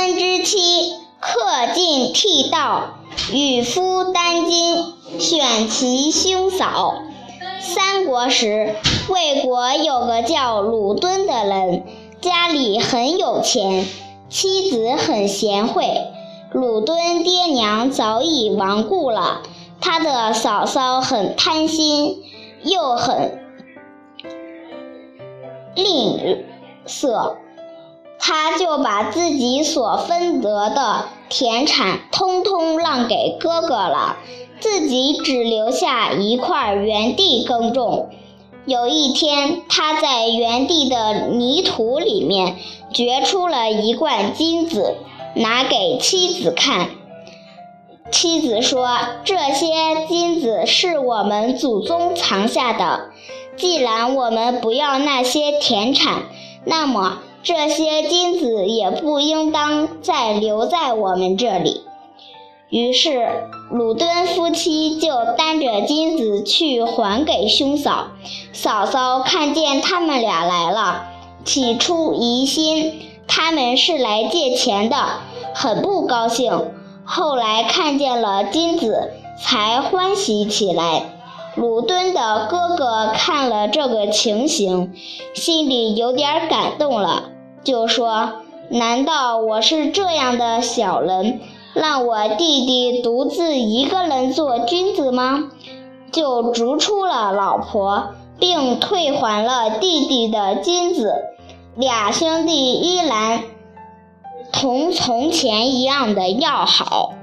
敦之妻，恪尽剃道，与夫丹津，选其兄嫂。三国时，魏国有个叫鲁敦的人，家里很有钱，妻子很贤惠。鲁敦爹娘早已亡故了，他的嫂嫂很贪心，又很吝啬，他就把自己所分得的田产通通让给哥哥了，自己只留下一块原地耕种。有一天，他在原地的泥土里面掘出了一罐金子，拿给妻子看。妻子说，这些金子是我们祖宗藏下的，既然我们不要那些田产，那么这些金子也不应当再留在我们这里。于是鲁敦夫妻就担着金子去还给兄嫂。嫂嫂看见他们俩来了，起初疑心他们是来借钱的，很不高兴，后来看见了金子，才欢喜起来。鲁敦的哥哥看了这个情形，心里有点感动了，就说，难道我是这样的小人，让我弟弟独自一个人做君子吗？就逐出了老婆，并退还了弟弟的金子。俩兄弟依然同从前一样的要好。